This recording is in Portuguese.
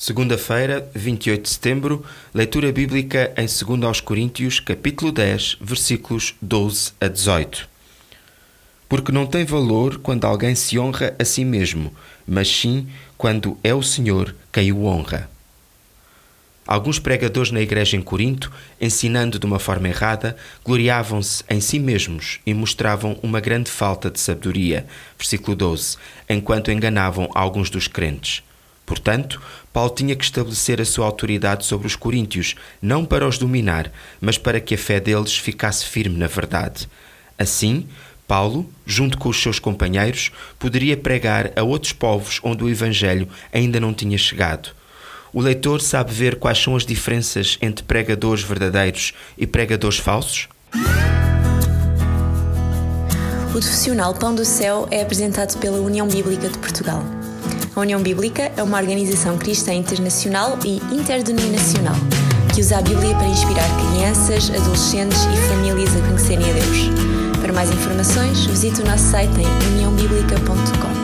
Segunda-feira, 28 de setembro, leitura bíblica em 2 aos Coríntios, capítulo 10, versículos 12 a 18. Porque não tem valor quando alguém se honra a si mesmo, mas sim quando é o Senhor quem o honra. Alguns pregadores na igreja em Corinto, ensinando de uma forma errada, gloriavam-se em si mesmos e mostravam uma grande falta de sabedoria, versículo 12, enquanto enganavam alguns dos crentes. Portanto, Paulo tinha que estabelecer a sua autoridade sobre os coríntios, não para os dominar, mas para que a fé deles ficasse firme na verdade. Assim, Paulo, junto com os seus companheiros, poderia pregar a outros povos onde o Evangelho ainda não tinha chegado. O leitor sabe ver quais são as diferenças entre pregadores verdadeiros e pregadores falsos? O Devocional Pão do Céu é apresentado pela União Bíblica de Portugal. A União Bíblica é uma organização cristã internacional e interdenominacional que usa a Bíblia para inspirar crianças, adolescentes e famílias a conhecerem a Deus. Para mais informações, visite o nosso site em uniãobiblica.com.